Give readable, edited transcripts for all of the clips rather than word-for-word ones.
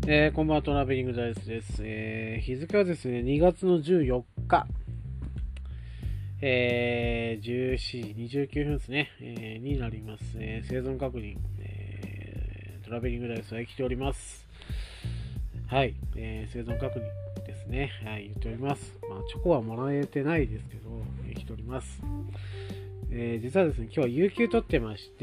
こんばんは、トラベリングダイスです。日付はですね、2月の14日、17時29分ですね、になります。生存確認、トラベリングダイスは生きております。はい、生存確認ですね。はい、言っております。まあ、チョコはもらえてないですけど、生きております。実はですね、今日は有給取ってまして、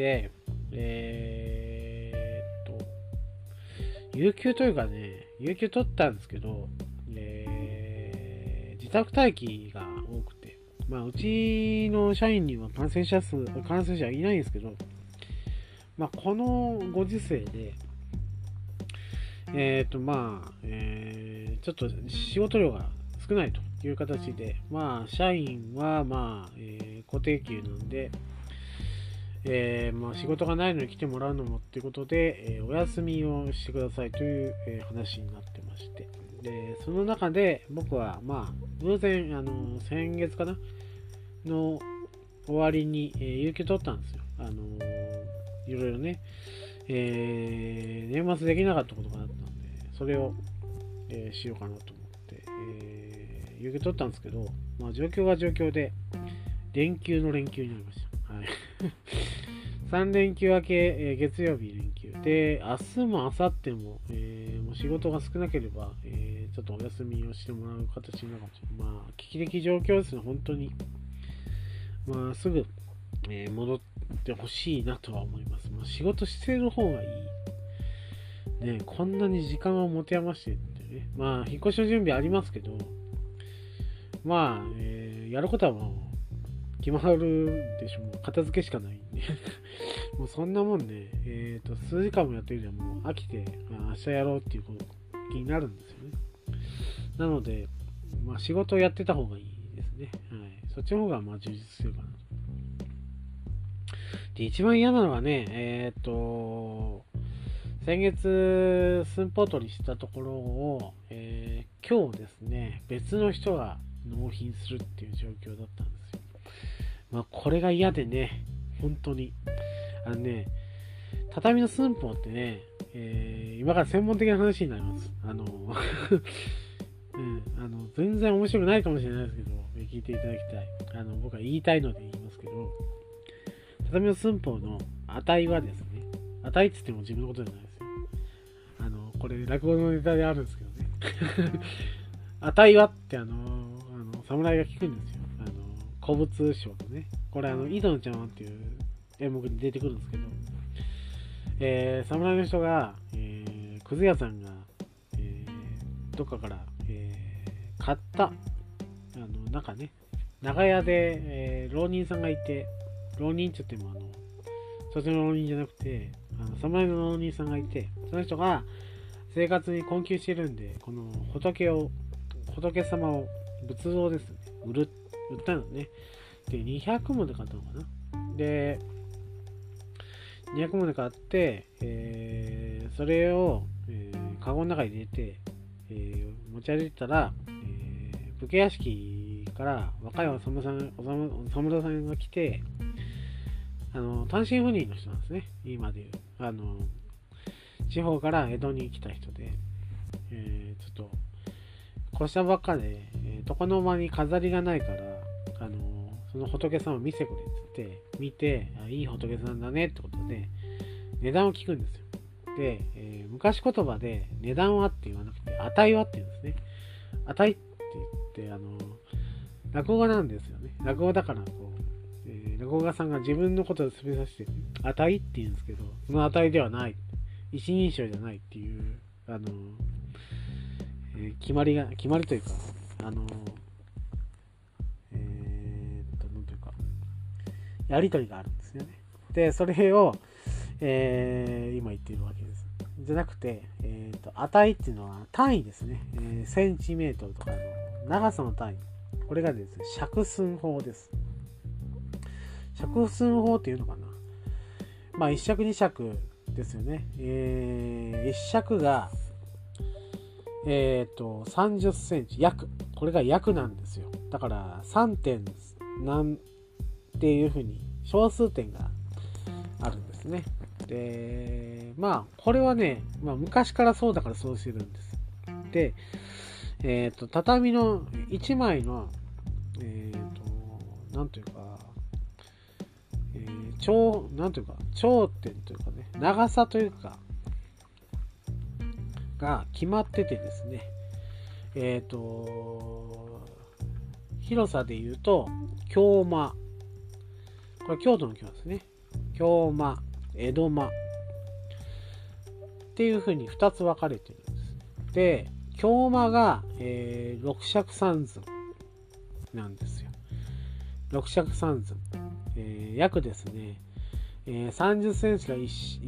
有給というかね、有給取ったんですけど、自宅待機が多くて、まあ、うちの社員には感染者はいないんですけど、まあ、このご時世で、ちょっと仕事量が少ないという形で、まあ、社員は、固定給なんで、仕事がないのに来てもらうのもっていうことで、お休みをしてくださいという、話になってまして、でその中で僕は偶然先月かなの終わりに、有給取ったんですよ。いろいろね、年末できなかったことがあったんで、それを、しようかなと思って、有給取ったんですけど、状況が状況で連休の連休になりました。はい。3連休明け、月曜日連休で、明日も明後日も、もう仕事が少なければ、ちょっとお休みをしてもらう形になるかもしれない。危機的状況ですね、本当に。すぐ、戻ってほしいなとは思います。仕事してる方がいい。ね、こんなに時間を持て余してってね。引っ越しの準備ありますけど、やることはもう、決まるでしょ。もう片付けしかないんでもうそんなもんね、数時間もやってるじゃん、もう飽きて、明日やろうっていう気になるんですよね。なので、仕事をやってた方がいいですね。はい。そっちの方が充実するかなと。で、一番嫌なのはね、先月寸法取りしたところを、今日ですね、別の人が納品するっていう状況だったんですよ。これが嫌でね、本当に。畳の寸法ってね、今から専門的な話になります。全然面白くないかもしれないですけど、聞いていただきたい。僕は言いたいので言いますけど、畳の寸法の値はですね、値って言っても自分のことじゃないですよ。これ、落語のネタであるんですけどね。値はって侍が聞くんですよ。古物商のね。これ井戸の茶碗っていう演目に出てくるんですけど、侍の人が、くず屋さんが、どっかから、買った、なんかね、長屋で、浪人さんがいて、浪人って言ってもそっちの浪人じゃなくて、侍の浪人さんがいて、その人が生活に困窮してるんで、この仏様を仏像ですね、売ったのね。で、200文で買ったのかな。で、200文で買って、それを、カゴの中に入れて、持ち歩いたら、武家屋敷から若いお侍さんが来て、単身赴任の人なんですね。今でいう。地方から江戸に来た人で、ちょっと、越したばっかで、床の間に飾りがないから、その仏さんを見せてくれって言って、見て、いい仏さんだねってことで、値段を聞くんですよ。で、昔言葉で値段はって言わなくて、値はって言うんですね。値って言って、落語家なんですよね。落語だから、落語家さんが自分のことを進めさせて、値って言うんですけど、その値ではない。一人称じゃないっていう、決まりというか、なんというか、やりとりがあるんですよね。で、それを、今言っているわけです。じゃなくて、値っていうのは単位ですね。センチメートルとかの長さの単位。これがですね、尺寸法です。尺寸法っていうのかな。一尺二尺ですよね。一尺が、30センチ、約。これが約なんですよ。だから、3点何っていうふうに小数点があるんですね。 で、まあ、これはね、まあ、昔からそうだからそうしてるんです。で、畳の1枚の、なんというか、なんというか、頂点というかね、長さというか、が決まっててですね、広さで言うと、京間。これ京都の京ですね。京間、江戸間。っていう風に2つ分かれてるんです。で、京間が、六尺三寸なんですよ。六尺三寸。約ですね、30センチが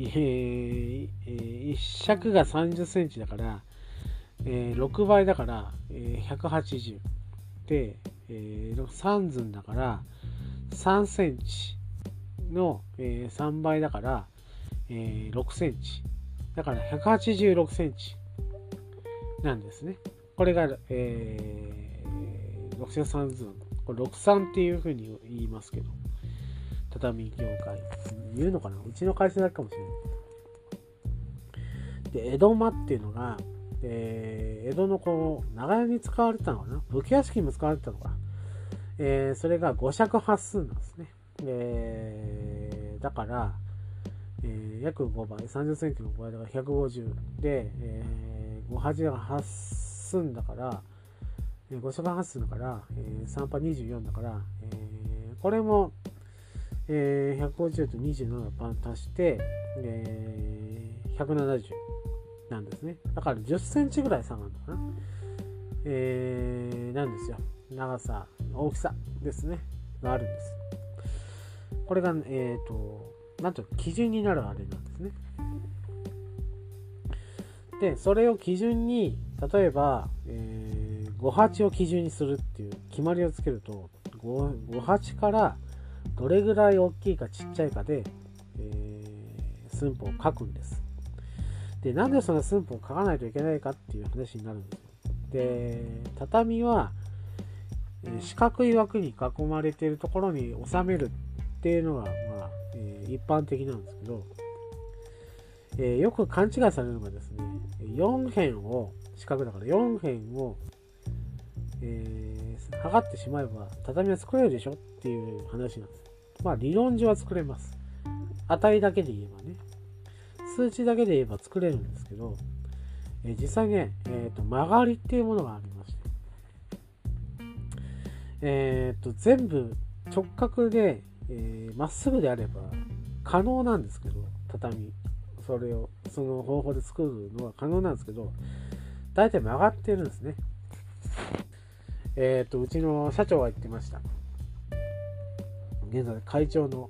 1尺が30センチだから、6倍だから、180で、3寸だから3センチの、3倍だから、6センチだから186センチなんですね。これが、6尺3寸、これ63っていう風に言いますけど、畳業界言うのかな、うちの会社だけかもしれない。で、江戸間っていうのが、江戸のこう長屋に使われてたのかな、武家屋敷にも使われてたのかな、それが5尺8寸なんですね。だから、約5倍、30センチの5倍だから150で、58が8寸だから、5尺8寸だから、3波24だから、これも、150と27のパン足して、170なんですね。だから10センチぐらい下がるのかな、なんですよ。長さ、大きさですねがあるんです。これがなんと基準になるあれなんですね。で、それを基準に、例えば、58を基準にするっていう決まりをつけると、58からどれぐらい大きいかちっちゃいかで、寸法を書くんです。で、なんでその寸法を書かないといけないかっていう話になるんですよ。で、畳は四角い枠に囲まれているところに収めるっていうのが、まあ一般的なんですけど、よく勘違いされるのがですね、4辺を四角だから4辺を、測ってしまえば畳は作れるでしょっていう話なんです。まあ理論上は作れます。値だけで言えばね、数値だけで言えば作れるんですけど、実際ね、曲がりっていうものがありまして、全部直角でまっすぐであれば可能なんですけど、畳その方法で作るのは可能なんですけど、大体曲がってるんですね。うちの社長が言ってました。現在会長の、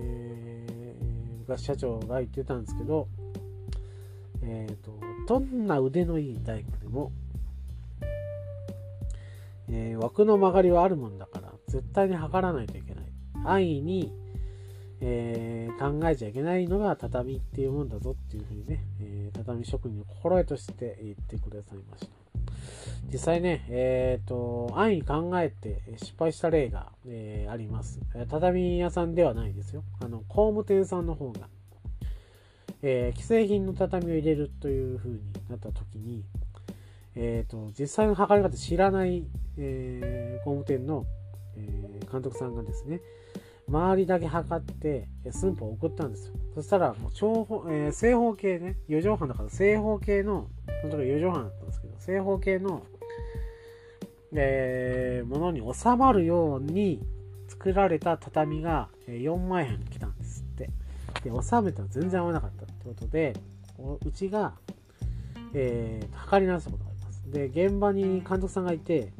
昔社長が言ってたんですけど、どんな腕のいい大工でも、枠の曲がりはあるもんだから絶対に測らないといけない。安易に、考えちゃいけないのが畳っていうもんだぞっていうふうにね、畳職人の心得として言ってくださいました。実際ね、安易に考えて失敗した例が、あります。畳屋さんではないですよ。工務店さんの方が、既製品の畳を入れるという風になった時に、実際の測り方知らない、工務店の、監督さんがですね、周りだけ測って寸法を送ったんですよ。そしたらもう正方形ね、4畳半だから正方形の、その時は4畳半だったんですけど、正方形の、ものに収まるように作られた畳が4万円来たんですって。で、収めたら全然合わなかったってことで、うちが、測り直したことがあります。で、現場に監督さんがいて、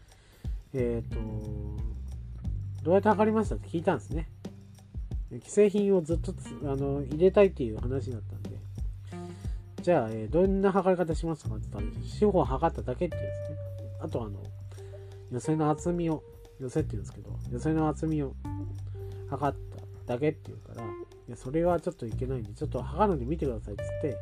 どうやって測りましたって聞いたんですね。既製品をずっと入れたいっていう話だったんで、じゃあ、どんな測り方しますかって言ったら、四方を測っただけって言うんですね。あと寄せの厚みを、寄せって言うんですけど、寄せの厚みを測っただけって言うから、いや、それはちょっといけないんで、ちょっと測るんで見てくださいって言って、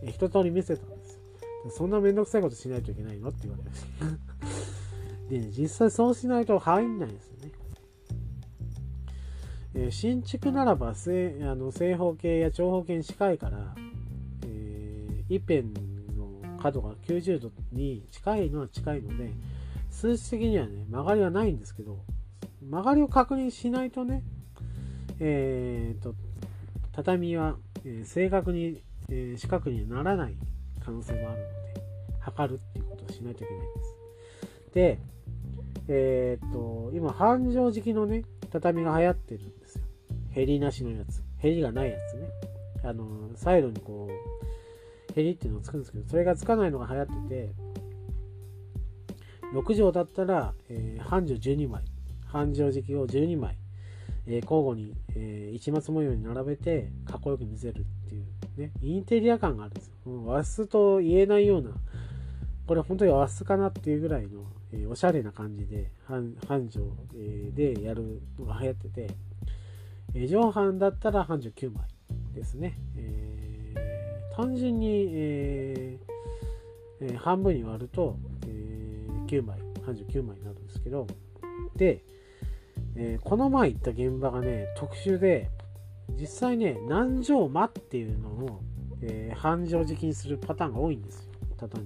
一通り見せたんですよ。そんなめんどくさいことしないといけないのって言われました。で、実際そうしないと入んないんですよね。 新築ならば正方形や長方形に近いから、一辺の角が90度に近いのは近いので、数値的にはね曲がりはないんですけど、曲がりを確認しないとね、畳は、正確に、四角にはならない可能性もあるので、測るっていうことをしないといけないです。で、今半畳敷きのね畳が流行ってるんですよ。ヘリなしのやつ、ヘリがないやつね。サイドにこうヘリっていうのをつくんですけど、それがつかないのが流行ってて、6畳だったら、半畳12枚、半畳敷きを12枚、交互に、市松模様に並べてかっこよく見せるっていうね、インテリア感があるんですよ。和室と言えないような、これ本当に和室かなっていうぐらいの、おしゃれな感じで半畳、でやるのが流行ってて、上半だったら半畳9枚ですね。単純に、半分に割ると、9枚、半畳9枚になるんですけど、で、この前行った現場がね特殊で、実際ね何畳間っていうのを、半畳敷きにするパターンが多いんですよ、畳って。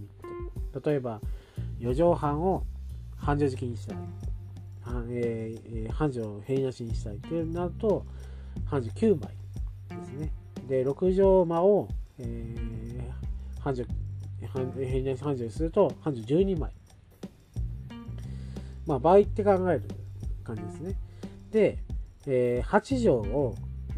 例えば4畳半を半畳敷きにしたい、半畳平なしにしたいってなると半畳9枚ですね。で6畳間を、半畳平なし半畳にすると半畳12枚、まあ倍って考える感じですね。で、8畳を、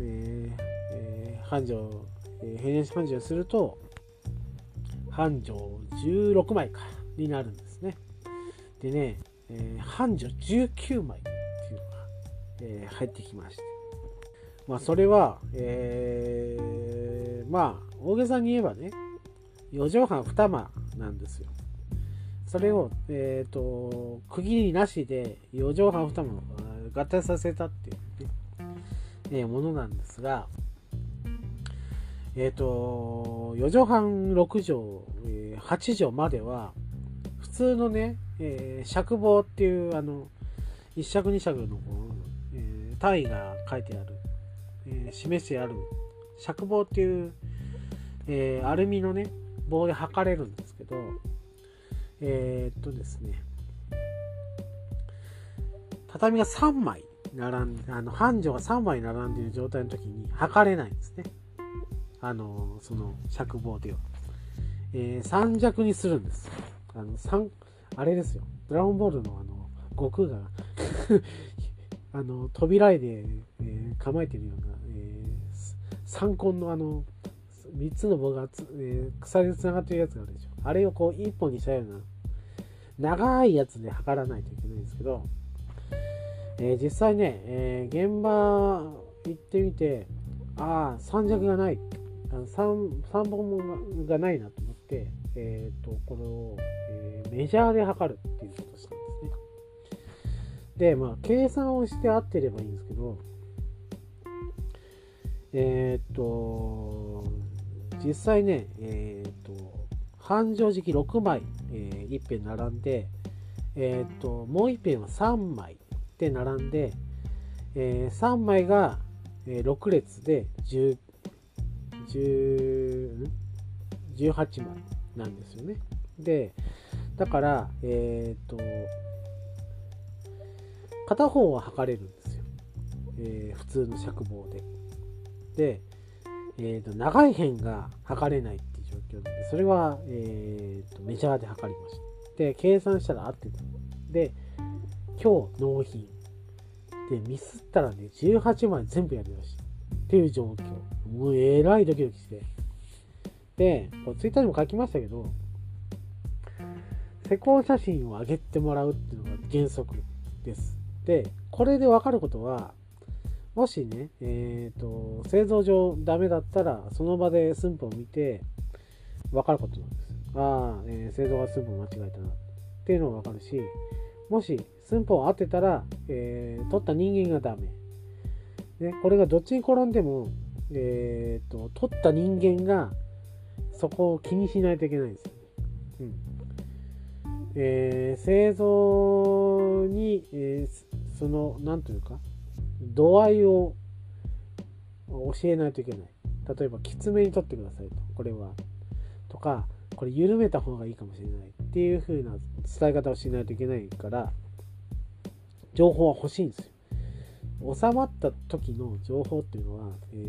半畳、平年半畳をすると半畳16枚かになるんですね。でね、半畳19枚っていうのが、入ってきまして、まあそれは、まあ大げさに言えばね4畳半2間なんですよ。それを、区切りなしで4畳半2間を合体させたっていう、ね、ものなんですが、4畳半6畳、8畳までは普通のね、尺棒っていう1尺2尺の単位が書いてある、示してある尺棒っていう、アルミのね棒で測れるんですけど、ですね、畳が3枚並んで、半畳が3枚並んでいる状態の時に測れないんですね。その尺棒では、3尺にするんです。あれですよ、ドラゴンボールの悟空が扉絵で、構えてるような、三根の3つの棒が鎖でつながってるやつがあるでしょ。あれをこう1本にしたような長いやつで測らないといけないんですけど、実際ね、現場行ってみて、3尺がない、3本がないなと思って、これを、メジャーで測るっていうことをしたんですね。で、まあ計算をして合ってればいいんですけど、実際ね、半畳敷き6枚、一辺並んで、もう一辺は3枚で並んで、3枚が、6列で18枚なんですよね。で、だから、片方は測れるんですよ。普通の尺棒で。で、長い辺が測れないっていう状況で、それは、メジャーで測りました。で、計算したら合ってた。で、今日納品。で、ミスったらね、18枚全部やりました。っていう状況。もうえらいドキドキして。で、ツイッターにも書きましたけど、施工写真を上げてもらうっていうのが原則です。で、これで分かることは、もしね、製造上ダメだったら、その場で寸法を見て分かることなんです。製造が寸法間違えたなっていうのが分かるし、もし寸法合ってたら、取った人間がダメ。ね、これがどっちに転んでも、取った人間がそこを気にしないといけないんですよね。製造に、そのなんというか度合いを教えないといけない。例えばきつめに撮ってくださいと、これはとか、これ緩めた方がいいかもしれないっていう風な伝え方をしないといけないから、情報は欲しいんですよ。収まった時の情報っていうのは、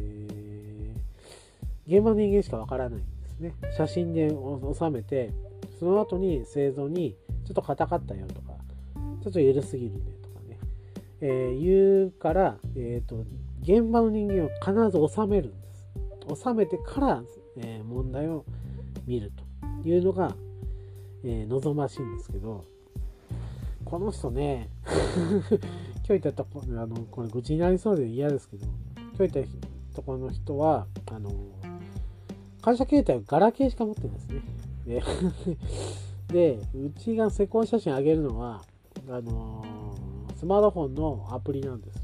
現場の人間しかわからないんですね。写真で収めて、その後に製造にちょっと硬かったよとか、ちょっと緩すぎるねとかね、言うから、現場の人間を必ず収めるんです。収めてから、問題を見るというのが、望ましいんですけど、この人ね今日言ったとここれ愚痴になりそうで嫌ですけど、今日言ったところの人は会社携帯をガラケーしか持ってないですね。でうちが施工写真上げるのはスマートフォンのアプリなんですね。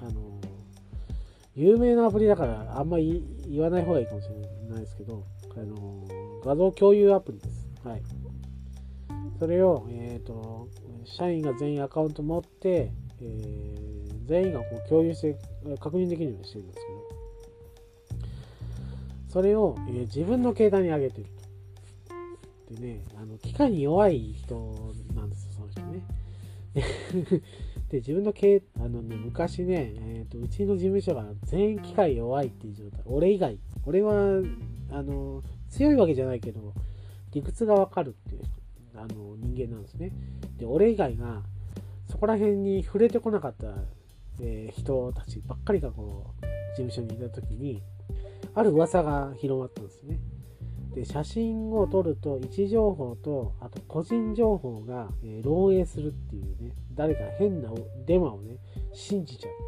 有名なアプリだからあんまり言わない方がいいかもしれないですけど、画像共有アプリです。はい。それを、社員が全員アカウント持って、全員がこう共有して確認できるようにしてるんですけど、それを、自分の携帯に上げてると。でね、機械に弱い人なんですよ、その人ね。で、自分の昔ね、うちの事務所が全員機械弱いっていう状態。俺以外。俺は、強いわけじゃないけど、理屈がわかるっていう人間なんですね。で、俺以外が、そこら辺に触れてこなかった、人たちばっかりがこう、事務所にいたときに、ある噂が広まったんですね。で、写真を撮ると位置情報とあと個人情報が、漏洩するっていうね、誰か変なデマをね信じちゃって、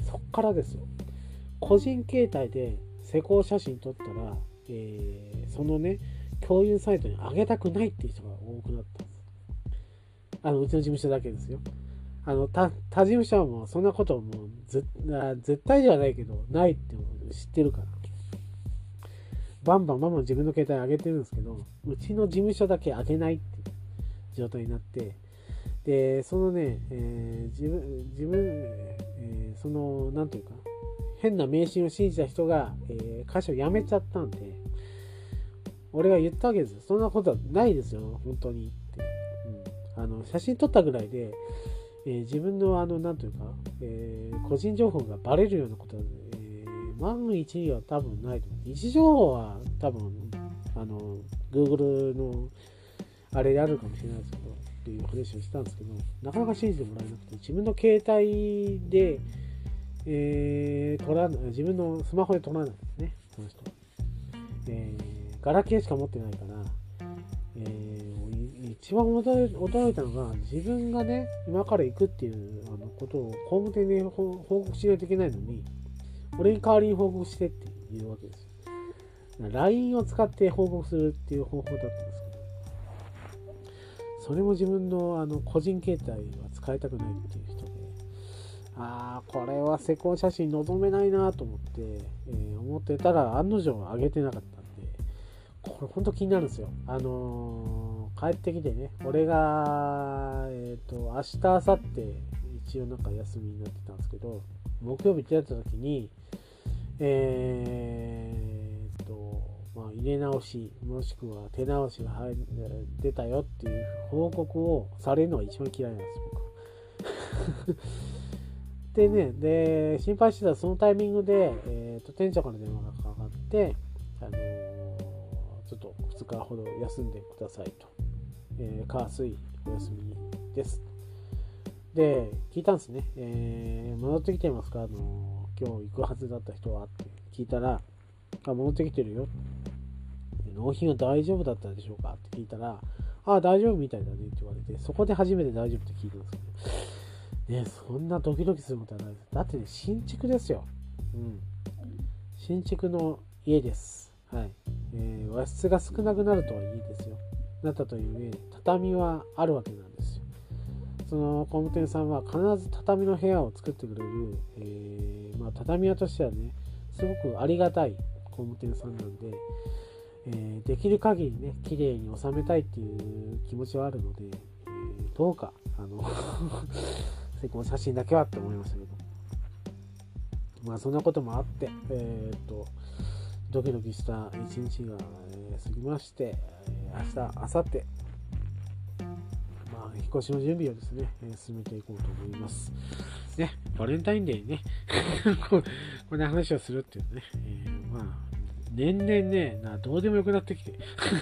そっからですよ、個人携帯で施工写真撮ったら、そのね共有サイトに上げたくないっていう人が多くなったんです。うちの事務所だけですよ。他事務所はもうそんなことも絶対ではないけどないって知ってるから、バンバン自分の携帯上げてるんですけど、うちの事務所だけ上げないっていう状態になって、でそのね、そのなんというか変な迷信を信じた人が、会社を辞めちゃったんで、俺が言ったわけですよ。そんなことはないですよ本当にって、写真撮ったぐらいで、自分のなんというか、個人情報がバレるようなことは、万一には多分ないと思う。位置情報は多分Google のあれであるかもしれないですけどっていう話をしたんですけど、なかなか信じてもらえなくて、自分の携帯で、自分のスマホで撮らないんですね、その人。ガラケーしか持ってないから、一番驚いたのが、自分がね今から行くっていうことを工務店に報告しないといけないのに、俺に代わりに報告してっていうわけですよ。LINE を使って報告するっていう方法だったんですけど、それも自分の個人携帯は使いたくないっていう人で、これは施工写真望めないなと思って、思ってたら案の定上げてなかったんで、これほんと気になるんですよ。帰ってきてね、俺が明日明後日一応なんか休みになってたんですけど、木曜日出た時に入れ直しもしくは手直しが出たよっていう報告をされるのが一番嫌いなんです僕でね、で心配してたらそのタイミングで、店長から電話がかかって、ちょっと2日ほど休んでくださいと、火水お休みですで聞いたんですね。戻ってきてますか、今日行くはずだった人はって聞いたら、戻ってきてるよ、納品は大丈夫だったでしょうかって聞いたら、大丈夫みたいだねって言われて、そこで初めて大丈夫って聞いたんですけどね、そんなドキドキすることはないです。だってね、新築ですよ。新築の家です。はい。和室が少なくなるとはいいですよ。なったというね、畳はあるわけなんですよ。その工務店さんは必ず畳の部屋を作ってくれる、畳屋としてはね、すごくありがたい工務店さんなんで、できる限りね、綺麗に収めたいっていう気持ちはあるので、どうか施工写真だけはって思いましたけど、 まあそんなこともあって、ドキドキした一日が、過ぎまして、明日、明後日、引っ越しの準備をですね、進めていこうと思います。ね、バレンタインデーにね、こんな話をするっていうね、年々ね、どうでもよくなってきて、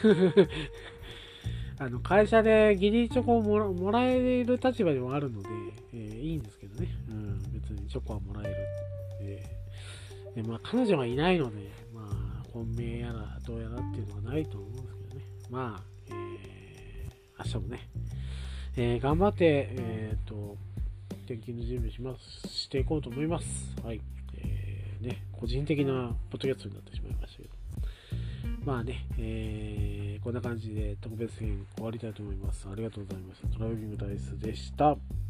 会社で義理チョコをもらえる立場でもあるので、いいんですけどね、別にチョコはもらえる。で彼女がいないので、本命やらどうやらっていうのはないと思うんですけどね。明日もね、頑張って、転勤の準備していこうと思います。はい。個人的なポッドキャストになってしまいましたけど。こんな感じで特別編終わりたいと思います。ありがとうございました。トラベリングダイスでした。